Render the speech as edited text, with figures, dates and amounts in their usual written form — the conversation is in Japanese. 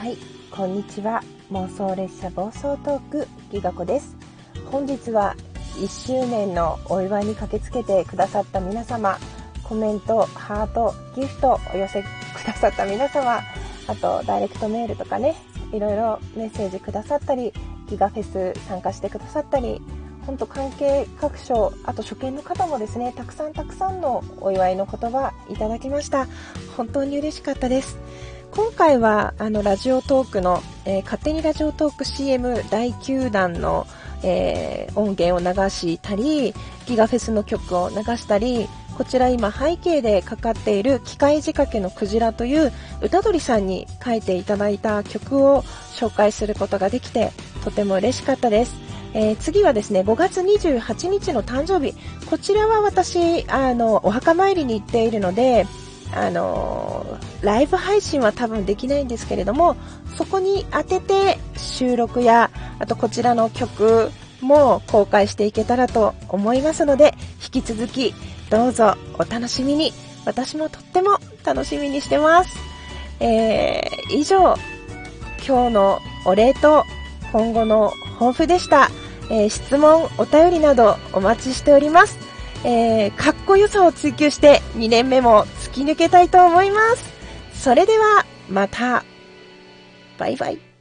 はい、こんにちは。妄想列車暴走トークギガ子です。本日は1周年のお祝いに駆けつけてくださった皆様、コメント、ハート、ギフトお寄せくださった皆様、あとダイレクトメールとかね、いろいろメッセージくださったり、ギガフェス参加してくださったり、本当関係各所、あと初見の方もですね、たくさんのお祝いの言葉いただきました。本当に嬉しかったです。今回はラジオトークの、勝手にラジオトーク CM 第9弾の、音源を流したり、ギガフェスの曲を流したり、こちら今背景でかかっている機械仕掛けのクジラという歌鳥さんに書いていただいた曲を紹介することができてとても嬉しかったです。次はですね、5月28日の誕生日。こちらは私、お墓参りに行っているので、ライブ配信は多分できないんですけれども、そこに当てて収録や、あとこちらの曲も公開していけたらと思いますので、引き続きどうぞお楽しみに。私もとっても楽しみにしてます。以上、今日のお礼と今後の抱負でした。質問、お便りなどお待ちしております。かっこよさを追求して2年目も突き抜けたいと思います。それではまた。バイバイ。